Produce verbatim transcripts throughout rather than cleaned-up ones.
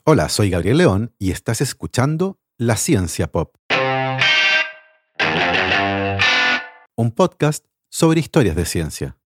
Hola, soy Gabriel León y estás escuchando La Ciencia Pop, un podcast sobre historias de ciencia.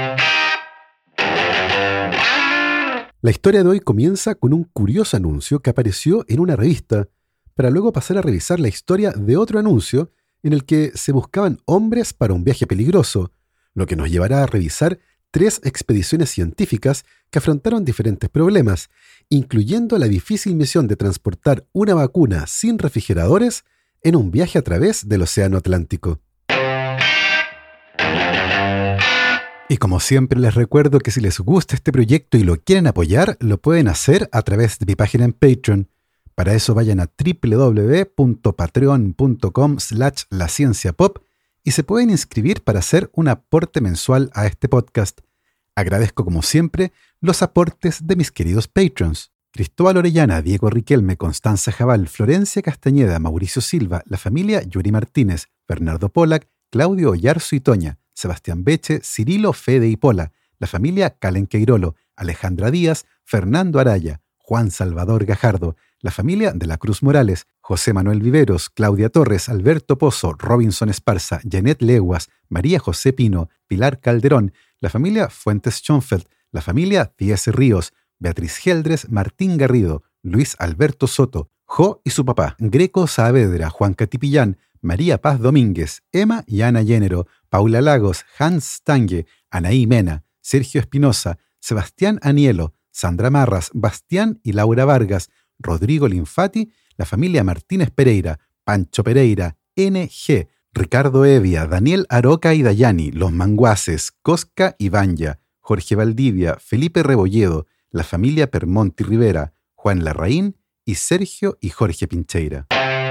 La historia de hoy comienza con un curioso anuncio que apareció en una revista, para luego pasar a revisar la historia de otro anuncio en el que se buscaban hombres para un viaje peligroso, lo que nos llevará a revisar tres expediciones científicas que afrontaron diferentes problemas, incluyendo la difícil misión de transportar una vacuna sin refrigeradores en un viaje a través del Océano Atlántico. Y como siempre les recuerdo que si les gusta este proyecto y lo quieren apoyar, lo pueden hacer a través de mi página en Patreon. Para eso vayan a doble u doble u doble u punto patreon punto com slash la ciencia pop y se pueden inscribir para hacer un aporte mensual a este podcast. Agradezco como siempre los aportes de mis queridos patrons: Cristóbal Orellana, Diego Riquelme, Constanza Jabal, Florencia Castañeda, Mauricio Silva, la familia Yuri Martínez, Bernardo Pollack, Claudio Oyarzo y Toña, Sebastián Beche, Cirilo, Fede y Pola, la familia Calen Queirolo, Alejandra Díaz, Fernando Araya, Juan Salvador Gajardo, la familia de la Cruz Morales, José Manuel Viveros, Claudia Torres, Alberto Pozo, Robinson Esparza, Janet Leguas, María José Pino, Pilar Calderón, la familia Fuentes Schoenfeld, la familia Díez Ríos, Beatriz Geldres, Martín Garrido, Luis Alberto Soto, Jo y su papá, Greco Saavedra, Juan Catipillán, María Paz Domínguez, Emma y Ana Llénero, Paula Lagos, Hans Stange, Anaí Mena, Sergio Espinosa, Sebastián Anielo, Sandra Marras, Bastián y Laura Vargas, Rodrigo Linfati, la familia Martínez Pereira, Pancho Pereira, N G, Ricardo Evia, Daniel Aroca y Dayani, Los Manguaces, Cosca y Banya, Jorge Valdivia, Felipe Rebolledo, la familia Permonti Rivera, Juan Larraín y Sergio y Jorge Pincheira.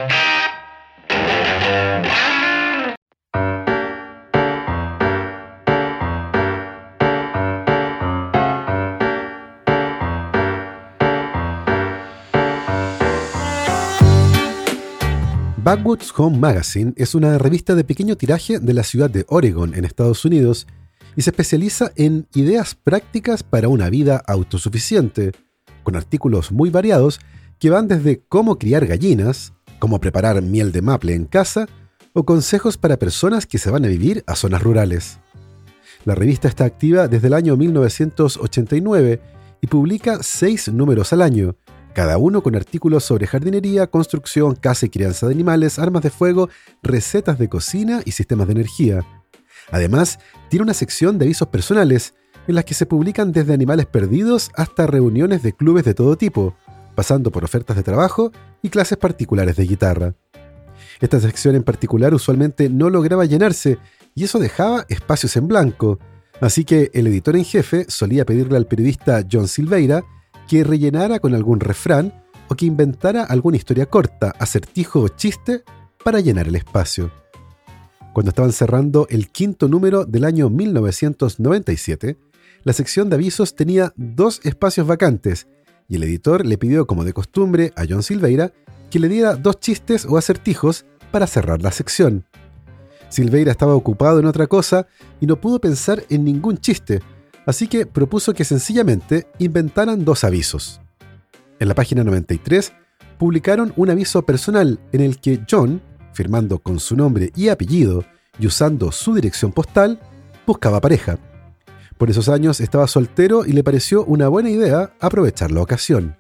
Backwoods Home Magazine es una revista de pequeño tiraje de la ciudad de Oregon, en Estados Unidos, y se especializa en ideas prácticas para una vida autosuficiente, con artículos muy variados que van desde cómo criar gallinas, cómo preparar miel de maple en casa, o consejos para personas que se van a vivir a zonas rurales. La revista está activa desde el año mil novecientos ochenta y nueve y publica seis números al año, cada uno con artículos sobre jardinería, construcción, caza y crianza de animales, armas de fuego, recetas de cocina y sistemas de energía. Además, tiene una sección de avisos personales, en las que se publican desde animales perdidos hasta reuniones de clubes de todo tipo, pasando por ofertas de trabajo y clases particulares de guitarra. Esta sección en particular usualmente no lograba llenarse, y eso dejaba espacios en blanco, así que el editor en jefe solía pedirle al periodista John Silveira que rellenara con algún refrán o que inventara alguna historia corta, acertijo o chiste para llenar el espacio. Cuando estaban cerrando el quinto número del año mil novecientos noventa y siete, la sección de avisos tenía dos espacios vacantes y el editor le pidió, como de costumbre, a John Silveira que le diera dos chistes o acertijos para cerrar la sección. Silveira estaba ocupado en otra cosa y no pudo pensar en ningún chiste, así que propuso que sencillamente inventaran dos avisos. En la página noventa y tres publicaron un aviso personal en el que John, firmando con su nombre y apellido y usando su dirección postal, buscaba pareja. Por esos años estaba soltero y le pareció una buena idea aprovechar la ocasión.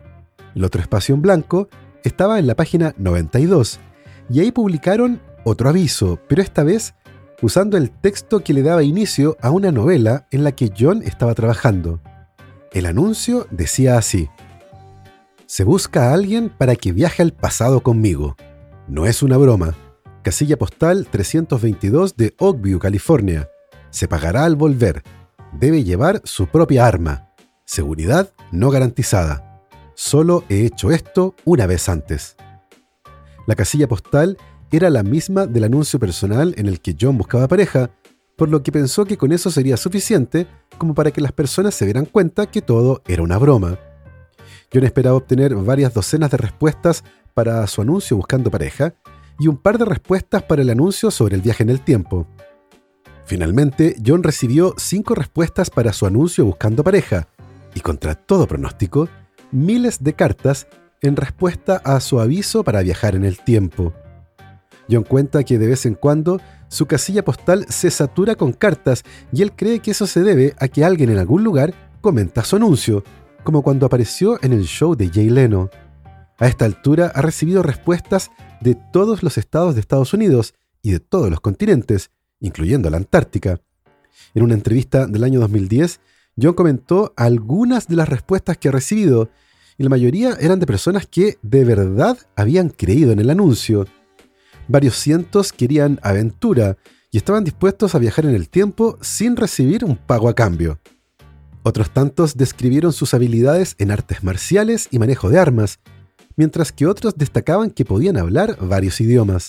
El otro espacio en blanco estaba en la página noventa y dos y ahí publicaron otro aviso, pero esta vez usando el texto que le daba inicio a una novela en la que John estaba trabajando. El anuncio decía así: se busca a alguien para que viaje al pasado conmigo. No es una broma. Casilla postal trescientos veintidós de Oakview, California. Se pagará al volver. Debe llevar su propia arma. Seguridad no garantizada. Solo he hecho esto una vez antes. La casilla postal era la misma del anuncio personal en el que John buscaba pareja, por lo que pensó que con eso sería suficiente como para que las personas se dieran cuenta que todo era una broma. John esperaba obtener varias docenas de respuestas para su anuncio buscando pareja y un par de respuestas para el anuncio sobre el viaje en el tiempo. Finalmente, John recibió cinco respuestas para su anuncio buscando pareja y, contra todo pronóstico, miles de cartas en respuesta a su aviso para viajar en el tiempo. John cuenta que de vez en cuando su casilla postal se satura con cartas y él cree que eso se debe a que alguien en algún lugar comenta su anuncio, como cuando apareció en el show de Jay Leno. A esta altura ha recibido respuestas de todos los estados de Estados Unidos y de todos los continentes, incluyendo la Antártica. En una entrevista del año dos mil diez, John comentó algunas de las respuestas que ha recibido, y la mayoría eran de personas que de verdad habían creído en el anuncio. Varios cientos querían aventura y estaban dispuestos a viajar en el tiempo sin recibir un pago a cambio. Otros tantos describieron sus habilidades en artes marciales y manejo de armas, mientras que otros destacaban que podían hablar varios idiomas.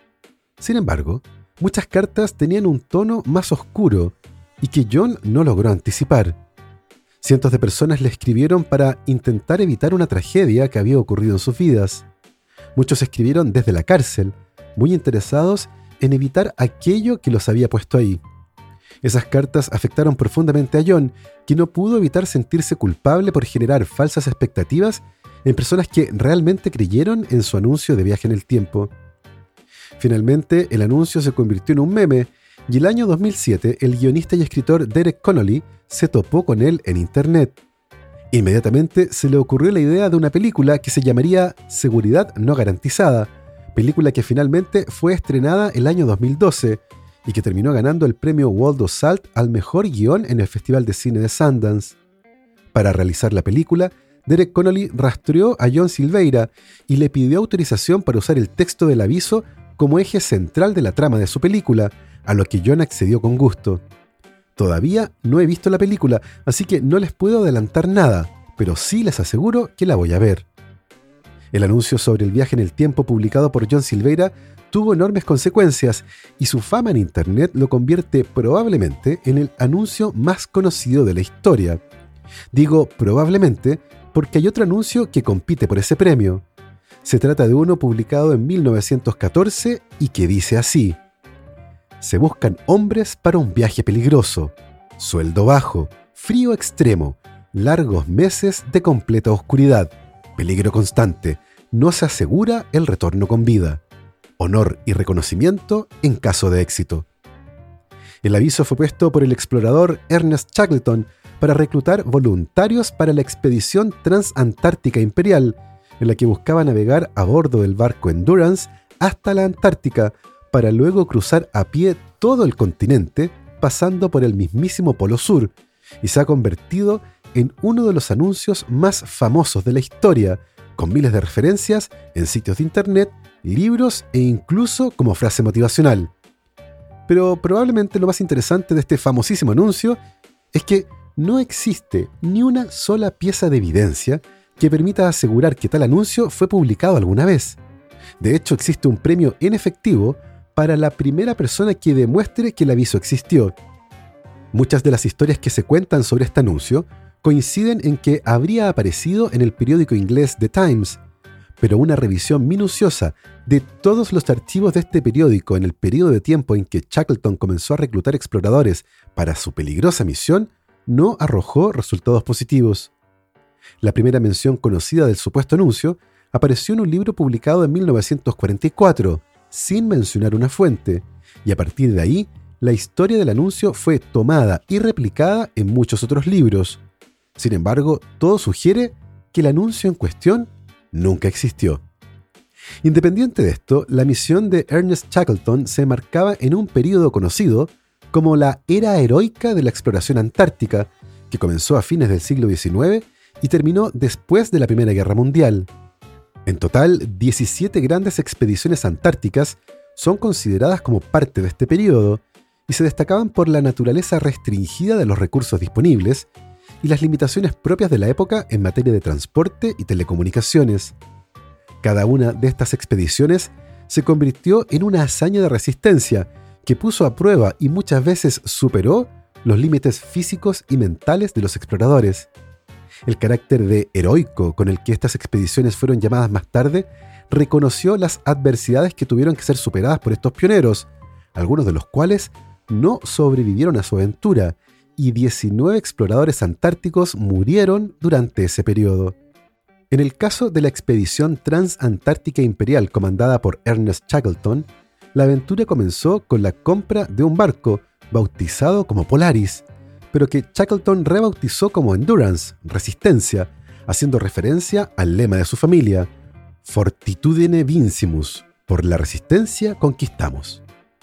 Sin embargo, muchas cartas tenían un tono más oscuro y que John no logró anticipar. Cientos de personas le escribieron para intentar evitar una tragedia que había ocurrido en sus vidas. Muchos escribieron desde la cárcel, muy interesados en evitar aquello que los había puesto ahí. Esas cartas afectaron profundamente a John, que no pudo evitar sentirse culpable por generar falsas expectativas en personas que realmente creyeron en su anuncio de viaje en el tiempo. Finalmente, el anuncio se convirtió en un meme, y el año dos mil siete el guionista y escritor Derek Connolly se topó con él en internet. Inmediatamente se le ocurrió la idea de una película que se llamaría Seguridad no garantizada, película que finalmente fue estrenada el año dos mil doce y que terminó ganando el premio Waldo Salt al mejor guión en el Festival de Cine de Sundance. Para realizar la película, Derek Connolly rastreó a John Silveira y le pidió autorización para usar el texto del aviso como eje central de la trama de su película, a lo que John accedió con gusto. Todavía no he visto la película, así que no les puedo adelantar nada, pero sí les aseguro que la voy a ver. El anuncio sobre el viaje en el tiempo publicado por John Silveira tuvo enormes consecuencias y su fama en Internet lo convierte probablemente en el anuncio más conocido de la historia. Digo probablemente porque hay otro anuncio que compite por ese premio. Se trata de uno publicado en mil novecientos catorce y que dice así: se buscan hombres para un viaje peligroso, sueldo bajo, frío extremo, largos meses de completa oscuridad, peligro constante, no se asegura el retorno con vida, honor y reconocimiento en caso de éxito. El aviso fue puesto por el explorador Ernest Shackleton para reclutar voluntarios para la expedición transantártica imperial, en la que buscaba navegar a bordo del barco Endurance hasta la Antártica, para luego cruzar a pie todo el continente, pasando por el mismísimo Polo Sur, y se ha convertido en uno de los anuncios más famosos de la historia, con miles de referencias en sitios de internet, libros e incluso como frase motivacional. Pero probablemente lo más interesante de este famosísimo anuncio es que no existe ni una sola pieza de evidencia que permita asegurar que tal anuncio fue publicado alguna vez. De hecho, existe un premio en efectivo para la primera persona que demuestre que el aviso existió. Muchas de las historias que se cuentan sobre este anuncio coinciden en que habría aparecido en el periódico inglés The Times, pero una revisión minuciosa de todos los archivos de este periódico en el periodo de tiempo en que Shackleton comenzó a reclutar exploradores para su peligrosa misión no arrojó resultados positivos. La primera mención conocida del supuesto anuncio apareció en un libro publicado en mil novecientos cuarenta y cuatro, sin mencionar una fuente, y a partir de ahí, la historia del anuncio fue tomada y replicada en muchos otros libros. Sin embargo, todo sugiere que el anuncio en cuestión nunca existió. Independiente de esto, la misión de Ernest Shackleton se marcaba en un período conocido como la Era Heroica de la Exploración Antártica, que comenzó a fines del siglo diecinueve y terminó después de la Primera Guerra Mundial. En total, diecisiete grandes expediciones antárticas son consideradas como parte de este periodo y se destacaban por la naturaleza restringida de los recursos disponibles y las limitaciones propias de la época en materia de transporte y telecomunicaciones. Cada una de estas expediciones se convirtió en una hazaña de resistencia que puso a prueba y muchas veces superó los límites físicos y mentales de los exploradores. El carácter de heroico con el que estas expediciones fueron llamadas más tarde reconoció las adversidades que tuvieron que ser superadas por estos pioneros, algunos de los cuales no sobrevivieron a su aventura, y diecinueve exploradores antárticos murieron durante ese periodo. En el caso de la expedición transantártica imperial comandada por Ernest Shackleton, la aventura comenzó con la compra de un barco bautizado como Polaris, pero que Shackleton rebautizó como Endurance, Resistencia, haciendo referencia al lema de su familia, Fortitudine Vincimus, por la resistencia conquistamos.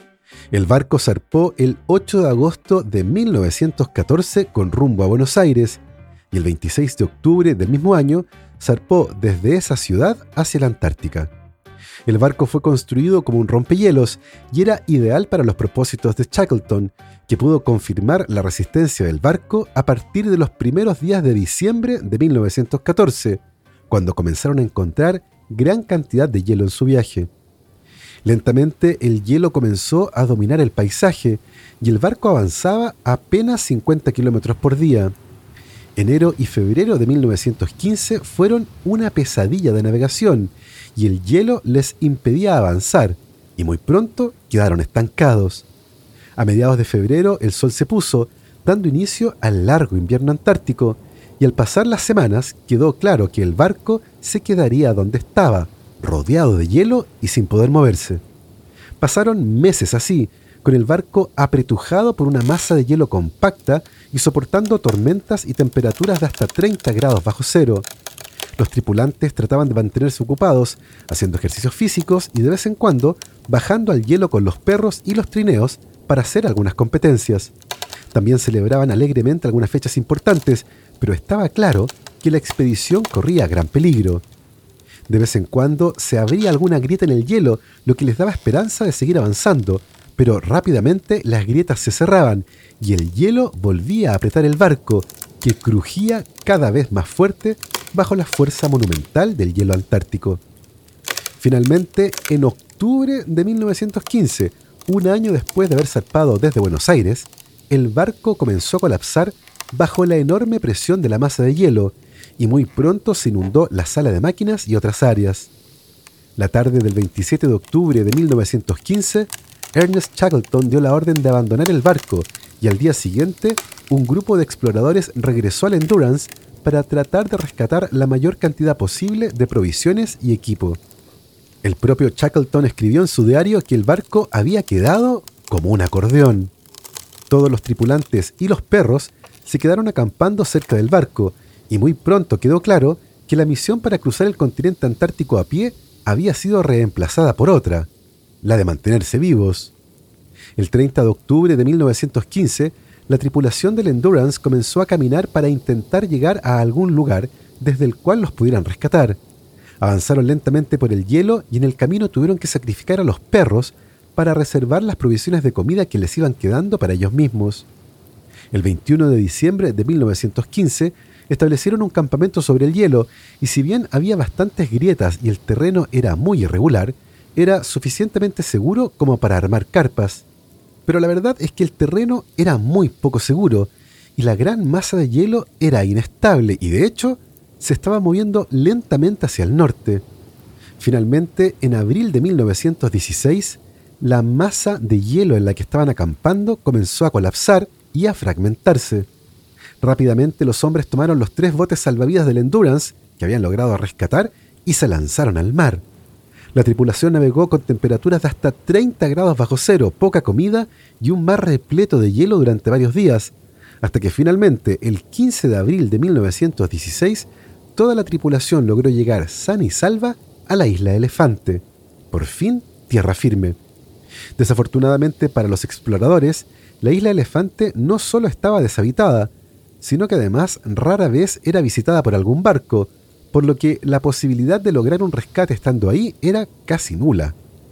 El barco zarpó el ocho de agosto de mil novecientos catorce con rumbo a Buenos Aires y el veintiséis de octubre del mismo año zarpó desde esa ciudad hacia la Antártica. El barco fue construido como un rompehielos y era ideal para los propósitos de Shackleton, que pudo confirmar la resistencia del barco a partir de los primeros días de diciembre de mil novecientos catorce, cuando comenzaron a encontrar gran cantidad de hielo en su viaje. Lentamente el hielo comenzó a dominar el paisaje y el barco avanzaba a apenas cincuenta kilómetros por día. Enero y febrero de mil novecientos quince fueron una pesadilla de navegación y el hielo les impedía avanzar y muy pronto quedaron estancados. A mediados de febrero el sol se puso, dando inicio al largo invierno antártico, y al pasar las semanas quedó claro que el barco se quedaría donde estaba, rodeado de hielo y sin poder moverse. Pasaron meses así, con el barco apretujado por una masa de hielo compacta y soportando tormentas y temperaturas de hasta treinta grados bajo cero. Los tripulantes trataban de mantenerse ocupados, haciendo ejercicios físicos y de vez en cuando bajando al hielo con los perros y los trineos para hacer algunas competencias. También celebraban alegremente algunas fechas importantes, pero estaba claro que la expedición corría gran peligro. De vez en cuando se abría alguna grieta en el hielo, lo que les daba esperanza de seguir avanzando, pero rápidamente las grietas se cerraban y el hielo volvía a apretar el barco, que crujía cada vez más fuerte bajo la fuerza monumental del hielo antártico. Finalmente, en octubre de mil novecientos quince, un año después de haber zarpado desde Buenos Aires, el barco comenzó a colapsar bajo la enorme presión de la masa de hielo y muy pronto se inundó la sala de máquinas y otras áreas. La tarde del veintisiete de octubre de mil novecientos quince, Ernest Shackleton dio la orden de abandonar el barco y al día siguiente un grupo de exploradores regresó al Endurance para tratar de rescatar la mayor cantidad posible de provisiones y equipo. El propio Shackleton escribió en su diario que el barco había quedado como un acordeón. Todos los tripulantes y los perros se quedaron acampando cerca del barco y muy pronto quedó claro que la misión para cruzar el continente antártico a pie había sido reemplazada por otra, la de mantenerse vivos. El treinta de octubre de mil novecientos quince, la tripulación del Endurance comenzó a caminar para intentar llegar a algún lugar desde el cual los pudieran rescatar. Avanzaron lentamente por el hielo y en el camino tuvieron que sacrificar a los perros para reservar las provisiones de comida que les iban quedando para ellos mismos. El veintiuno de diciembre de mil novecientos quince establecieron un campamento sobre el hielo y si bien había bastantes grietas y el terreno era muy irregular, era suficientemente seguro como para armar carpas. Pero la verdad es que el terreno era muy poco seguro y la gran masa de hielo era inestable y de hecho se estaba moviendo lentamente hacia el norte. Finalmente, en abril de mil novecientos dieciséis, la masa de hielo en la que estaban acampando comenzó a colapsar y a fragmentarse. Rápidamente los hombres tomaron los tres botes salvavidas del Endurance que habían logrado rescatar y se lanzaron al mar. La tripulación navegó con temperaturas de hasta treinta grados bajo cero, poca comida y un mar repleto de hielo durante varios días, hasta que finalmente, el quince de abril de mil novecientos dieciséis, toda la tripulación logró llegar sana y salva a la isla Elefante. Por fin, tierra firme. Desafortunadamente para los exploradores, la isla Elefante no solo estaba deshabitada, sino que además rara vez era visitada por algún barco, por lo que la posibilidad de lograr un rescate estando ahí era casi nula.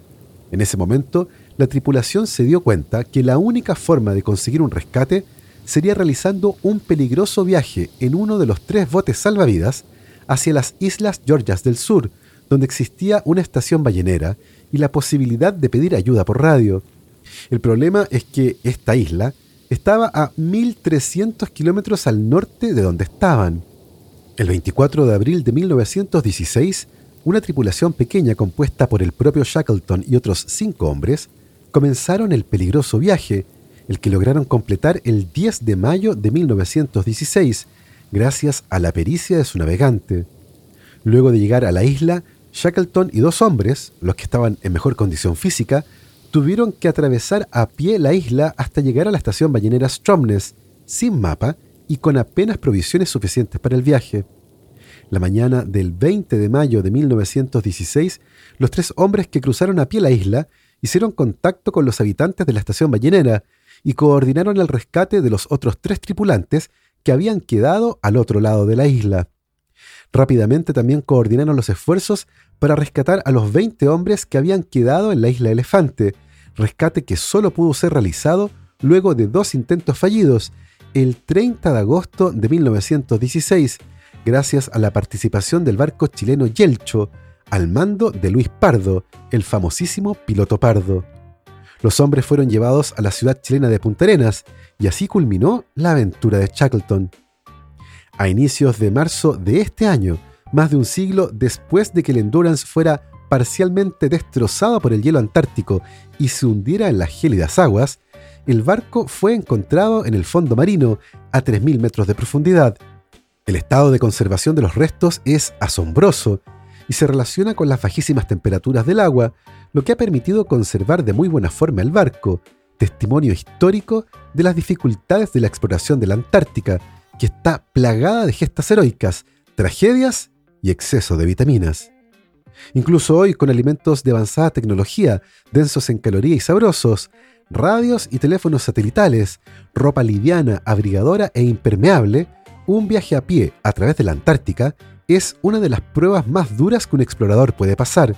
En ese momento, la tripulación se dio cuenta que la única forma de conseguir un rescate sería realizando un peligroso viaje en uno de los tres botes salvavidas hacia las Islas Georgias del Sur, donde existía una estación ballenera y la posibilidad de pedir ayuda por radio. El problema es que esta isla estaba a mil trescientos kilómetros al norte de donde estaban. El veinticuatro de abril de mil novecientos dieciséis, una tripulación pequeña compuesta por el propio Shackleton y otros cinco hombres comenzaron el peligroso viaje, el que lograron completar el diez de mayo de mil novecientos dieciséis, gracias a la pericia de su navegante. Luego de llegar a la isla, Shackleton y dos hombres, los que estaban en mejor condición física, tuvieron que atravesar a pie la isla hasta llegar a la estación ballenera Stromness, sin mapa y con apenas provisiones suficientes para el viaje. La mañana del veinte de mayo de mil novecientos dieciséis, los tres hombres que cruzaron a pie la isla hicieron contacto con los habitantes de la estación ballenera y coordinaron el rescate de los otros tres tripulantes que habían quedado al otro lado de la isla. Rápidamente también coordinaron los esfuerzos para rescatar a los veinte hombres que habían quedado en la isla Elefante, rescate que solo pudo ser realizado luego de dos intentos fallidos, el treinta de agosto de mil novecientos dieciséis, gracias a la participación del barco chileno Yelcho, al mando de Luis Pardo, el famosísimo piloto Pardo. Los hombres fueron llevados a la ciudad chilena de Punta Arenas y así culminó la aventura de Shackleton. A inicios de marzo de este año, más de un siglo después de que el Endurance fuera parcialmente destrozado por el hielo antártico y se hundiera en las gélidas aguas, el barco fue encontrado en el fondo marino a tres mil metros de profundidad. El estado de conservación de los restos es asombroso y se relaciona con las bajísimas temperaturas del agua, lo que ha permitido conservar de muy buena forma el barco, testimonio histórico de las dificultades de la exploración de la Antártica, que está plagada de gestas heroicas, tragedias y exceso de vitaminas. Incluso hoy, con alimentos de avanzada tecnología, densos en calorías y sabrosos, radios y teléfonos satelitales, ropa liviana, abrigadora e impermeable, un viaje a pie a través de la Antártica es una de las pruebas más duras que un explorador puede pasar.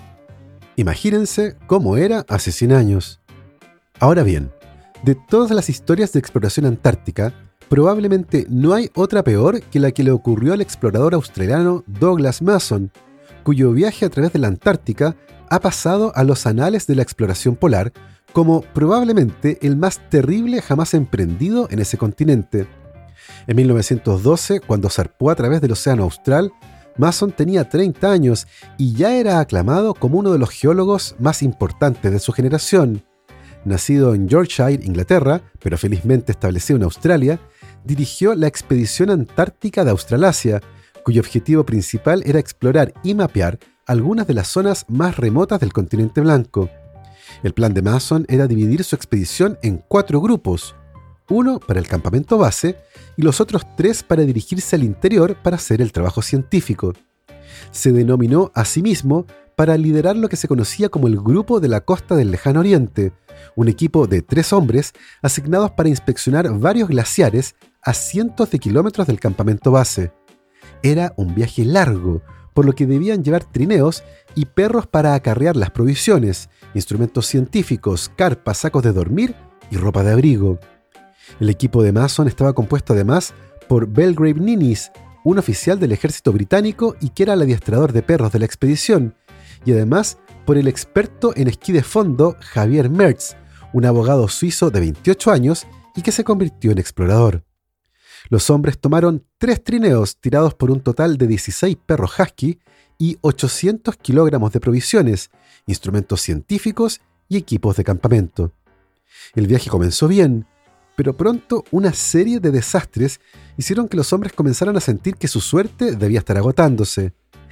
Imagínense cómo era hace cien años. Ahora bien, de todas las historias de exploración antártica, probablemente no hay otra peor que la que le ocurrió al explorador australiano Douglas Mason, cuyo viaje a través de la Antártica ha pasado a los anales de la exploración polar como probablemente el más terrible jamás emprendido en ese continente. En mil novecientos doce, cuando zarpó a través del Océano Austral, Mason tenía treinta años y ya era aclamado como uno de los geólogos más importantes de su generación. Nacido en Yorkshire, Inglaterra, pero felizmente establecido en Australia, dirigió la expedición antártica de Australasia, cuyo objetivo principal era explorar y mapear algunas de las zonas más remotas del continente blanco. El plan de Mason era dividir su expedición en cuatro grupos, uno para el campamento base y los otros tres para dirigirse al interior para hacer el trabajo científico. Se denominó a sí mismo para liderar lo que se conocía como el Grupo de la Costa del Lejano Oriente, un equipo de tres hombres asignados para inspeccionar varios glaciares a cientos de kilómetros del campamento base. Era un viaje largo, por lo que debían llevar trineos y perros para acarrear las provisiones, instrumentos científicos, carpas, sacos de dormir y ropa de abrigo. El equipo de Mason estaba compuesto además por Belgrave Ninnis, un oficial del ejército británico y que era el adiestrador de perros de la expedición, y además por el experto en esquí de fondo Javier Mertz, un abogado suizo de veintiocho años y que se convirtió en explorador. Los hombres tomaron tres trineos tirados por un total de dieciséis perros husky y ochocientos kilogramos de provisiones, instrumentos científicos y equipos de campamento. El viaje comenzó bien, pero pronto una serie de desastres hicieron que los hombres comenzaran a sentir que su suerte debía estar agotándose.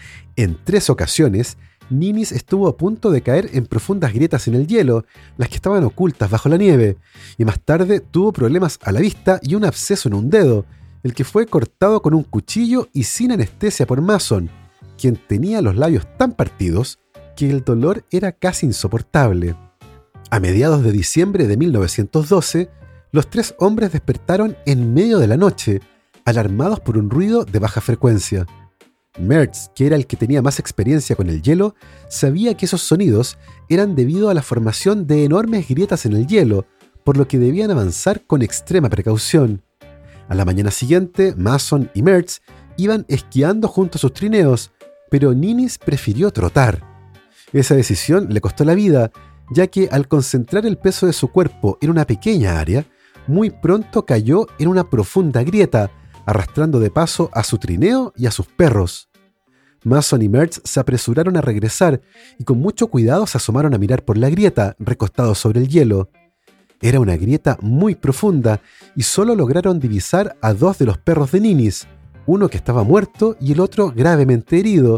En tres ocasiones, Ninnis estuvo a punto de caer en profundas grietas en el hielo, las que estaban ocultas bajo la nieve, y más tarde tuvo problemas a la vista y un absceso en un dedo, el que fue cortado con un cuchillo y sin anestesia por Mason, quien tenía los labios tan partidos que el dolor era casi insoportable. A mediados de diciembre de mil novecientos doce, los tres hombres despertaron en medio de la noche, alarmados por un ruido de baja frecuencia. Mertz, que era el que tenía más experiencia con el hielo, sabía que esos sonidos eran debido a la formación de enormes grietas en el hielo, por lo que debían avanzar con extrema precaución. A la mañana siguiente, Mason y Mertz iban esquiando junto a sus trineos, pero Ninnis prefirió trotar. Esa decisión le costó la vida, ya que al concentrar el peso de su cuerpo en una pequeña área, muy pronto cayó en una profunda grieta, arrastrando de paso a su trineo y a sus perros. Mason y Mertz se apresuraron a regresar y con mucho cuidado se asomaron a mirar por la grieta, recostados sobre el hielo. Era una grieta muy profunda y solo lograron divisar a dos de los perros de Ninnis, uno que estaba muerto y el otro gravemente herido,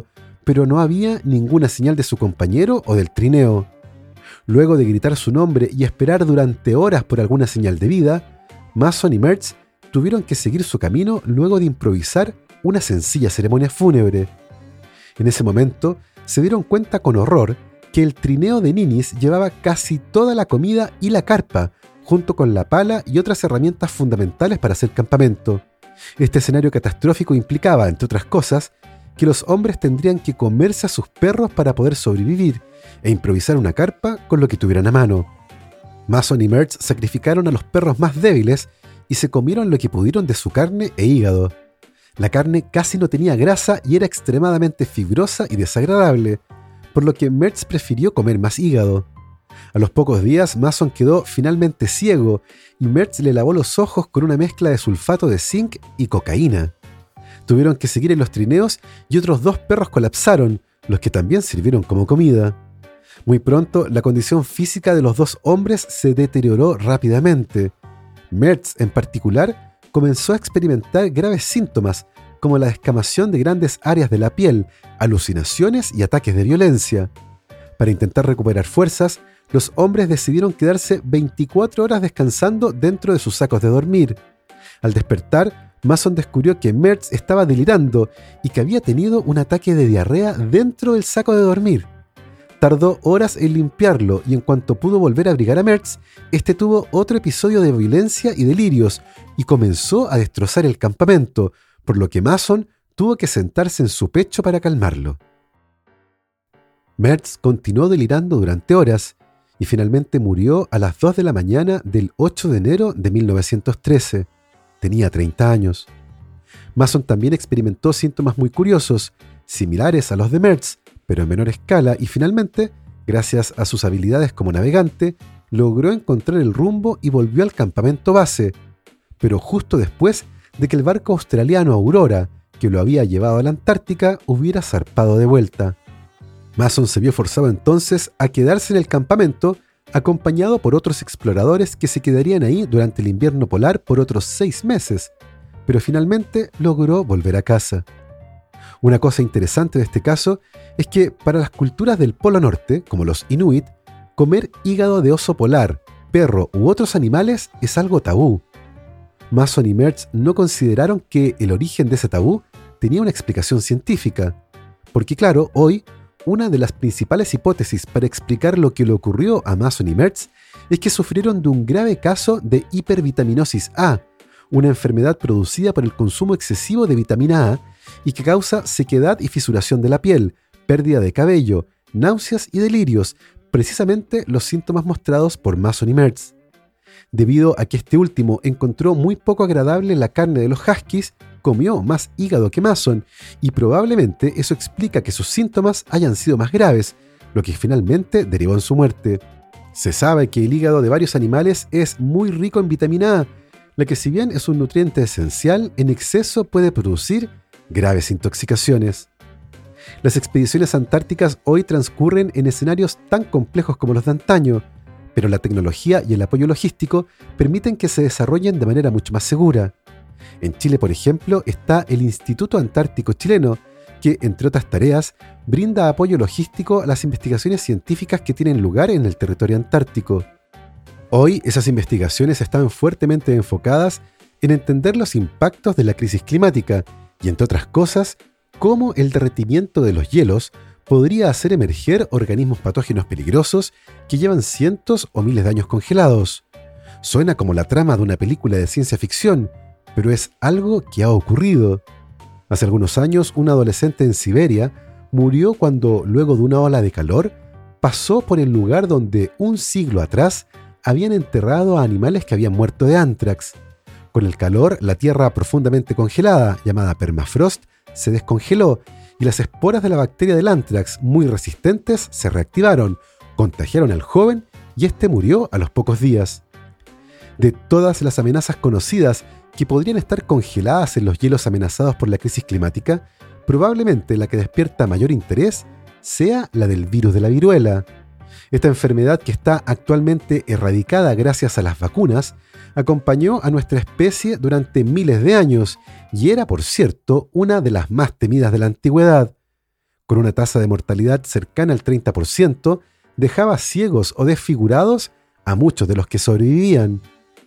pero no había ninguna señal de su compañero o del trineo. Luego de gritar su nombre y esperar durante horas por alguna señal de vida, Mason y Mertz tuvieron que seguir su camino luego de improvisar una sencilla ceremonia fúnebre. En ese momento, se dieron cuenta con horror que el trineo de Ninis llevaba casi toda la comida y la carpa, junto con la pala y otras herramientas fundamentales para hacer campamento. Este escenario catastrófico implicaba, entre otras cosas, que los hombres tendrían que comerse a sus perros para poder sobrevivir e improvisar una carpa con lo que tuvieran a mano. Mason y Mertz sacrificaron a los perros más débiles y se comieron lo que pudieron de su carne e hígado. La carne casi no tenía grasa y era extremadamente fibrosa y desagradable, por lo que Mertz prefirió comer más hígado. A los pocos días, Mason quedó finalmente ciego y Mertz le lavó los ojos con una mezcla de sulfato de zinc y cocaína. Tuvieron que seguir en los trineos y otros dos perros colapsaron, los que también sirvieron como comida. Muy pronto, la condición física de los dos hombres se deterioró rápidamente. Mertz, en particular, comenzó a experimentar graves síntomas, como la descamación de grandes áreas de la piel, alucinaciones y ataques de violencia. Para intentar recuperar fuerzas, los hombres decidieron quedarse veinticuatro horas descansando dentro de sus sacos de dormir. Al despertar, Mason descubrió que Mertz estaba delirando y que había tenido un ataque de diarrea dentro del saco de dormir. Tardó horas en limpiarlo y en cuanto pudo volver a abrigar a Mertz, este tuvo otro episodio de violencia y delirios y comenzó a destrozar el campamento, por lo que Mason tuvo que sentarse en su pecho para calmarlo. Mertz continuó delirando durante horas y finalmente murió a las dos de la mañana del ocho de enero de mil novecientos trece. Tenía treinta años. Mason también experimentó síntomas muy curiosos, similares a los de Mertz, pero en menor escala, y finalmente, gracias a sus habilidades como navegante, logró encontrar el rumbo y volvió al campamento base, pero justo después de que el barco australiano Aurora, que lo había llevado a la Antártica, hubiera zarpado de vuelta. Mason se vio forzado entonces a quedarse en el campamento, acompañado por otros exploradores que se quedarían ahí durante el invierno polar por otros seis meses, pero finalmente logró volver a casa. Una cosa interesante de este caso es que para las culturas del Polo Norte, como los Inuit, comer hígado de oso polar, perro u otros animales es algo tabú. Mason y Mertz no consideraron que el origen de ese tabú tenía una explicación científica, porque claro, hoy una de las principales hipótesis para explicar lo que le ocurrió a Mason y Mertz es que sufrieron de un grave caso de hipervitaminosis A, una enfermedad producida por el consumo excesivo de vitamina A y que causa sequedad y fisuración de la piel, pérdida de cabello, náuseas y delirios, precisamente los síntomas mostrados por Mason y Mertz. Debido a que este último encontró muy poco agradable la carne de los huskies, comió más hígado que Mason y probablemente eso explica que sus síntomas hayan sido más graves, lo que finalmente derivó en su muerte. Se sabe que el hígado de varios animales es muy rico en vitamina A, la que si bien es un nutriente esencial, en exceso puede producir graves intoxicaciones. Las expediciones antárticas hoy transcurren en escenarios tan complejos como los de antaño, pero la tecnología y el apoyo logístico permiten que se desarrollen de manera mucho más segura. En Chile, por ejemplo, está el Instituto Antártico Chileno, que, entre otras tareas, brinda apoyo logístico a las investigaciones científicas que tienen lugar en el territorio antártico. Hoy, esas investigaciones están fuertemente enfocadas en entender los impactos de la crisis climática y, entre otras cosas, cómo el derretimiento de los hielos podría hacer emerger organismos patógenos peligrosos que llevan cientos o miles de años congelados. Suena como la trama de una película de ciencia ficción, pero es algo que ha ocurrido. Hace algunos años, un adolescente en Siberia murió cuando, luego de una ola de calor, pasó por el lugar donde un siglo atrás habían enterrado a animales que habían muerto de anthrax. Con el calor, la tierra profundamente congelada, llamada permafrost, se descongeló y las esporas de la bacteria del anthrax, muy resistentes, se reactivaron, contagiaron al joven y este murió a los pocos días. De todas las amenazas conocidas que podrían estar congeladas en los hielos amenazados por la crisis climática, probablemente la que despierta mayor interés sea la del virus de la viruela. Esta enfermedad, que está actualmente erradicada gracias a las vacunas, acompañó a nuestra especie durante miles de años y era, por cierto, una de las más temidas de la antigüedad. con una tasa de mortalidad cercana al treinta por ciento, dejaba ciegos o desfigurados a muchos de los que sobrevivían.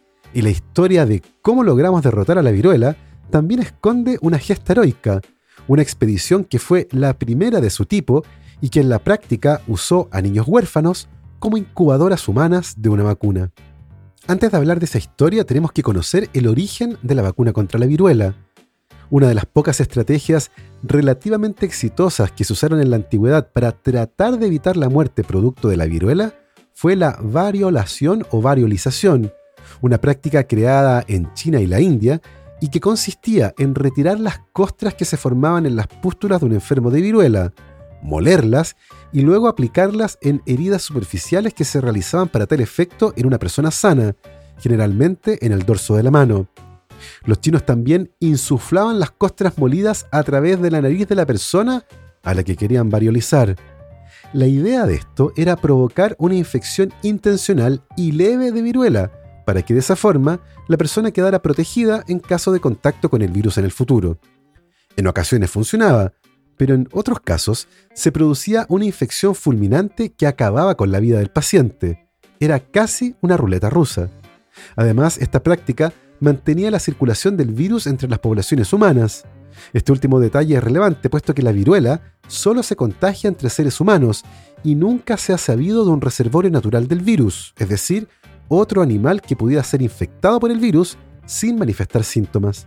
Y la historia de cómo logramos derrotar a la viruela también esconde una gesta heroica, una expedición que fue la primera de su tipo y que en la práctica usó a niños huérfanos como incubadoras humanas de una vacuna. Antes de hablar de esa historia, tenemos que conocer el origen de la vacuna contra la viruela. Una de las pocas estrategias relativamente exitosas que se usaron en la antigüedad para tratar de evitar la muerte producto de la viruela fue la variolación o variolización, una práctica creada en China y la India y que consistía en retirar las costras que se formaban en las pústulas de un enfermo de viruela, molerlas y luego aplicarlas en heridas superficiales que se realizaban para tal efecto en una persona sana, generalmente en el dorso de la mano. Los chinos también insuflaban las costras molidas a través de la nariz de la persona a la que querían variolizar. La idea de esto era provocar una infección intencional y leve de viruela, para que de esa forma la persona quedara protegida en caso de contacto con el virus en el futuro. En ocasiones funcionaba, pero en otros casos se producía una infección fulminante que acababa con la vida del paciente. Era casi una ruleta rusa. Además, esta práctica mantenía la circulación del virus entre las poblaciones humanas. Este último detalle es relevante, puesto que la viruela solo se contagia entre seres humanos y nunca se ha sabido de un reservorio natural del virus, es decir, otro animal que pudiera ser infectado por el virus sin manifestar síntomas.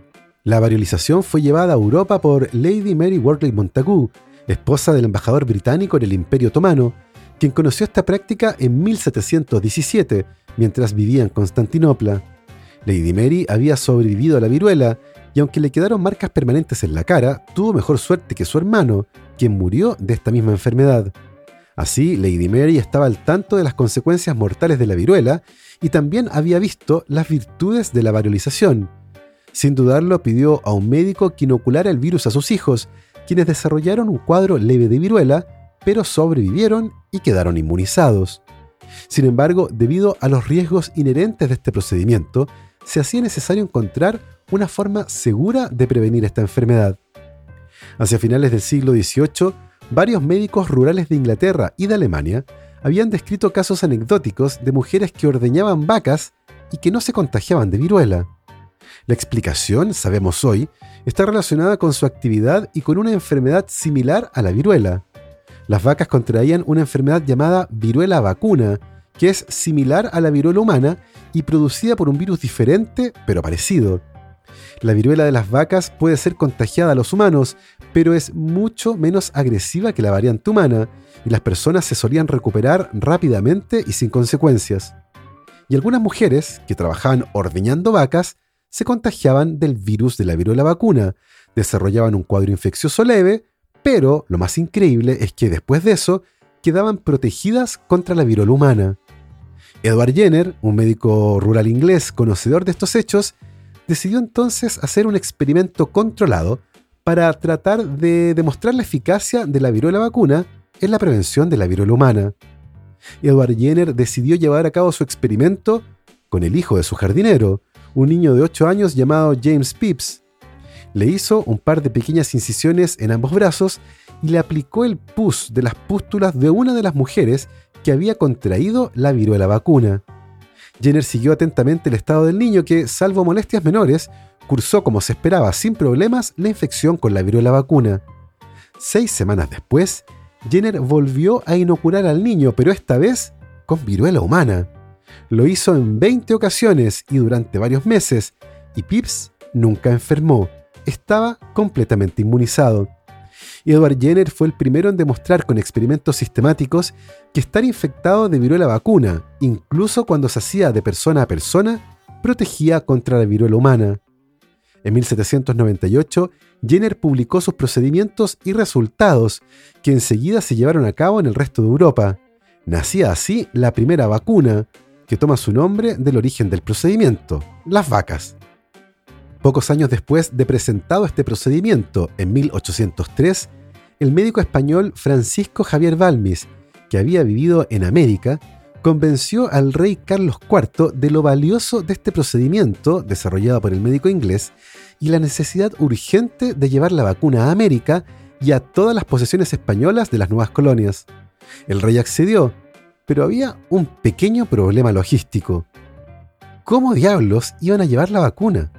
La variolización fue llevada a Europa por Lady Mary Wortley Montagu, esposa del embajador británico en el Imperio Otomano, quien conoció esta práctica en mil setecientos diecisiete, mientras vivía en Constantinopla. Lady Mary había sobrevivido a la viruela y aunque le quedaron marcas permanentes en la cara, tuvo mejor suerte que su hermano, quien murió de esta misma enfermedad. Así, Lady Mary estaba al tanto de las consecuencias mortales de la viruela y también había visto las virtudes de la variolización. Sin dudarlo, pidió a un médico que inoculara el virus a sus hijos, quienes desarrollaron un cuadro leve de viruela, pero sobrevivieron y quedaron inmunizados. Sin embargo, debido a los riesgos inherentes de este procedimiento, se hacía necesario encontrar una forma segura de prevenir esta enfermedad. Hacia finales del siglo dieciocho, varios médicos rurales de Inglaterra y de Alemania habían descrito casos anecdóticos de mujeres que ordeñaban vacas y que no se contagiaban de viruela. La explicación, sabemos hoy, está relacionada con su actividad y con una enfermedad similar a la viruela. Las vacas contraían una enfermedad llamada viruela vacuna, que es similar a la viruela humana y producida por un virus diferente, pero parecido. La viruela de las vacas puede ser contagiada a los humanos, pero es mucho menos agresiva que la variante humana, y las personas se solían recuperar rápidamente y sin consecuencias. Y algunas mujeres, que trabajaban ordeñando vacas, se contagiaban del virus de la viruela vacuna, desarrollaban un cuadro infeccioso leve, pero lo más increíble es que después de eso quedaban protegidas contra la viruela humana. Edward Jenner, un médico rural inglés conocedor de estos hechos, decidió entonces hacer un experimento controlado para tratar de demostrar la eficacia de la viruela vacuna en la prevención de la viruela humana. Edward Jenner decidió llevar a cabo su experimento con el hijo de su jardinero, un niño de ocho años llamado James Pepys. Le hizo un par de pequeñas incisiones en ambos brazos y le aplicó el pus de las pústulas de una de las mujeres que había contraído la viruela vacuna. Jenner siguió atentamente el estado del niño que, salvo molestias menores, cursó como se esperaba sin problemas la infección con la viruela vacuna. Seis semanas después, Jenner volvió a inocular al niño, pero esta vez con viruela humana. Lo hizo en veinte ocasiones y durante varios meses, y Pepys nunca enfermó. Estaba completamente inmunizado. Edward Jenner fue el primero en demostrar con experimentos sistemáticos que estar infectado de viruela vacuna, incluso cuando se hacía de persona a persona, protegía contra la viruela humana. En mil setecientos noventa y ocho, Jenner publicó sus procedimientos y resultados, que enseguida se llevaron a cabo en el resto de Europa. Nacía así la primera vacuna, que toma su nombre del origen del procedimiento, las vacas. Pocos años después de presentado este procedimiento, en mil ochocientos tres, el médico español Francisco Javier Balmis, que había vivido en América, convenció al rey Carlos cuarto de lo valioso de este procedimiento desarrollado por el médico inglés y la necesidad urgente de llevar la vacuna a América y a todas las posesiones españolas de las nuevas colonias. El rey accedió, pero había un pequeño problema logístico. ¿Cómo diablos iban a llevar la vacuna?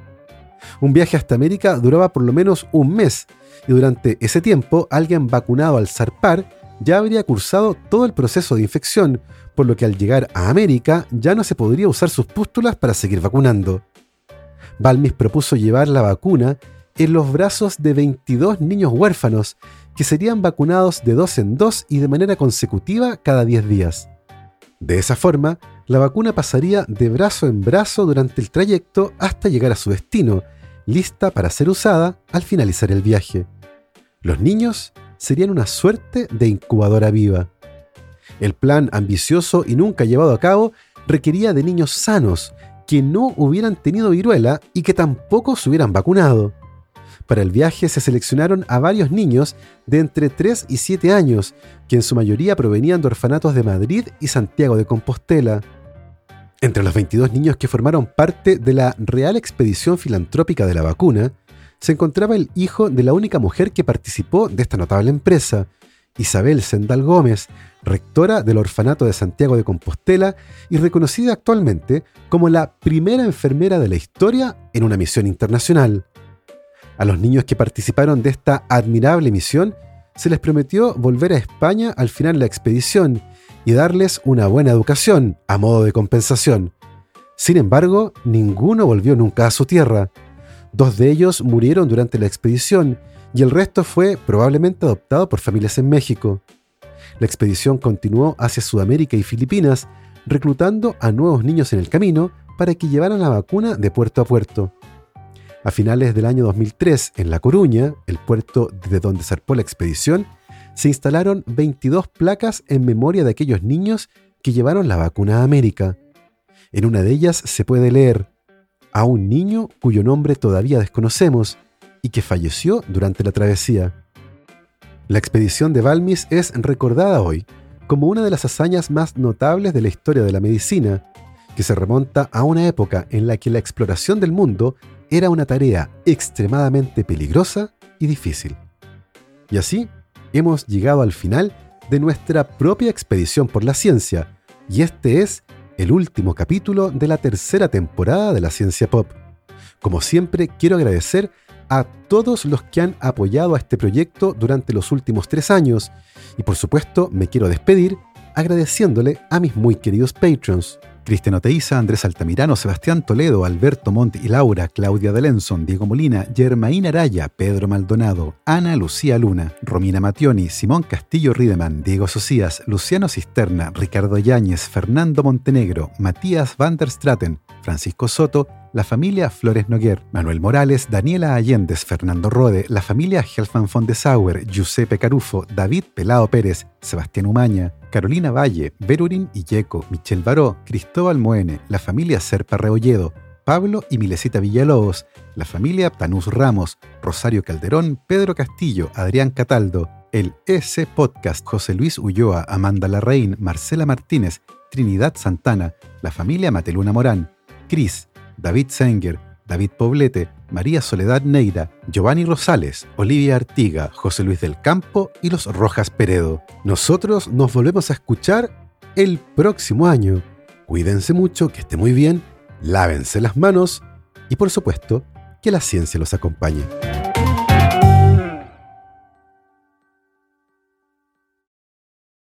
Un viaje hasta América duraba por lo menos un mes, y durante ese tiempo alguien vacunado al zarpar ya habría cursado todo el proceso de infección, por lo que al llegar a América ya no se podría usar sus pústulas para seguir vacunando. Balmis propuso llevar la vacuna en los brazos de veintidós niños huérfanos, que serían vacunados de dos en dos y de manera consecutiva cada diez días. De esa forma, la vacuna pasaría de brazo en brazo durante el trayecto hasta llegar a su destino, lista para ser usada al finalizar el viaje. Los niños serían una suerte de incubadora viva. El plan ambicioso y nunca llevado a cabo requería de niños sanos, que no hubieran tenido viruela y que tampoco se hubieran vacunado. Para el viaje se seleccionaron a varios niños de entre tres y siete años, que en su mayoría provenían de orfanatos de Madrid y Santiago de Compostela. Entre los veintidós niños que formaron parte de la Real Expedición Filantrópica de la Vacuna, se encontraba el hijo de la única mujer que participó de esta notable empresa, Isabel Sendal Gómez, rectora del orfanato de Santiago de Compostela y reconocida actualmente como la primera enfermera de la historia en una misión internacional. A los niños que participaron de esta admirable misión se les prometió volver a España al final de la expedición y darles una buena educación a modo de compensación. Sin embargo, ninguno volvió nunca a su tierra. Dos de ellos murieron durante la expedición y el resto fue probablemente adoptado por familias en México. La expedición continuó hacia Sudamérica y Filipinas, reclutando a nuevos niños en el camino para que llevaran la vacuna de puerto a puerto. A finales del año dos mil tres, en La Coruña, el puerto de donde zarpó la expedición, se instalaron veintidós placas en memoria de aquellos niños que llevaron la vacuna a América. En una de ellas se puede leer: a un niño cuyo nombre todavía desconocemos y que falleció durante la travesía. La expedición de Balmis es recordada hoy como una de las hazañas más notables de la historia de la medicina, que se remonta a una época en la que la exploración del mundo era una tarea extremadamente peligrosa y difícil. Y así hemos llegado al final de nuestra propia expedición por la ciencia, y este es el último capítulo de la tercera temporada de la Ciencia Pop. Como siempre, quiero agradecer a todos los que han apoyado a este proyecto durante los últimos tres años, y por supuesto me quiero despedir agradeciéndole a mis muy queridos Patreons: Cristian Oteiza, Andrés Altamirano, Sebastián Toledo, Alberto Montt y Laura, Claudia Delenson, Diego Molina, Germaín Araya, Pedro Maldonado, Ana Lucía Luna, Romina Mattioni, Simón Castillo Riedemann, Diego Socias, Luciano Cisterna, Ricardo Yáñez, Fernando Montenegro, Matías van der Straten, Francisco Soto, la familia Flores Noguer, Manuel Morales, Daniela Allendez, Fernando Rode, la familia Helfman von de Sauer, Giuseppe Carufo, David Pelao Pérez, Sebastián Umaña, Carolina Valle, Berurín Illeco, Michel Baró, Cristóbal Moene, la familia Serpa Rebolledo, Pablo y Milesita Villalobos, la familia Tanús Ramos, Rosario Calderón, Pedro Castillo, Adrián Cataldo, el E C Podcast, José Luis Ulloa, Amanda Larraín, Marcela Martínez, Trinidad Santana, la familia Mateluna Morán, Cris, David Senger, David Poblete, María Soledad Neira, Giovanni Rosales, Olivia Artiga, José Luis del Campo y los Rojas Peredo. Nosotros nos volvemos a escuchar el próximo año. Cuídense mucho, que esté muy bien, lávense las manos y por supuesto, que la ciencia los acompañe.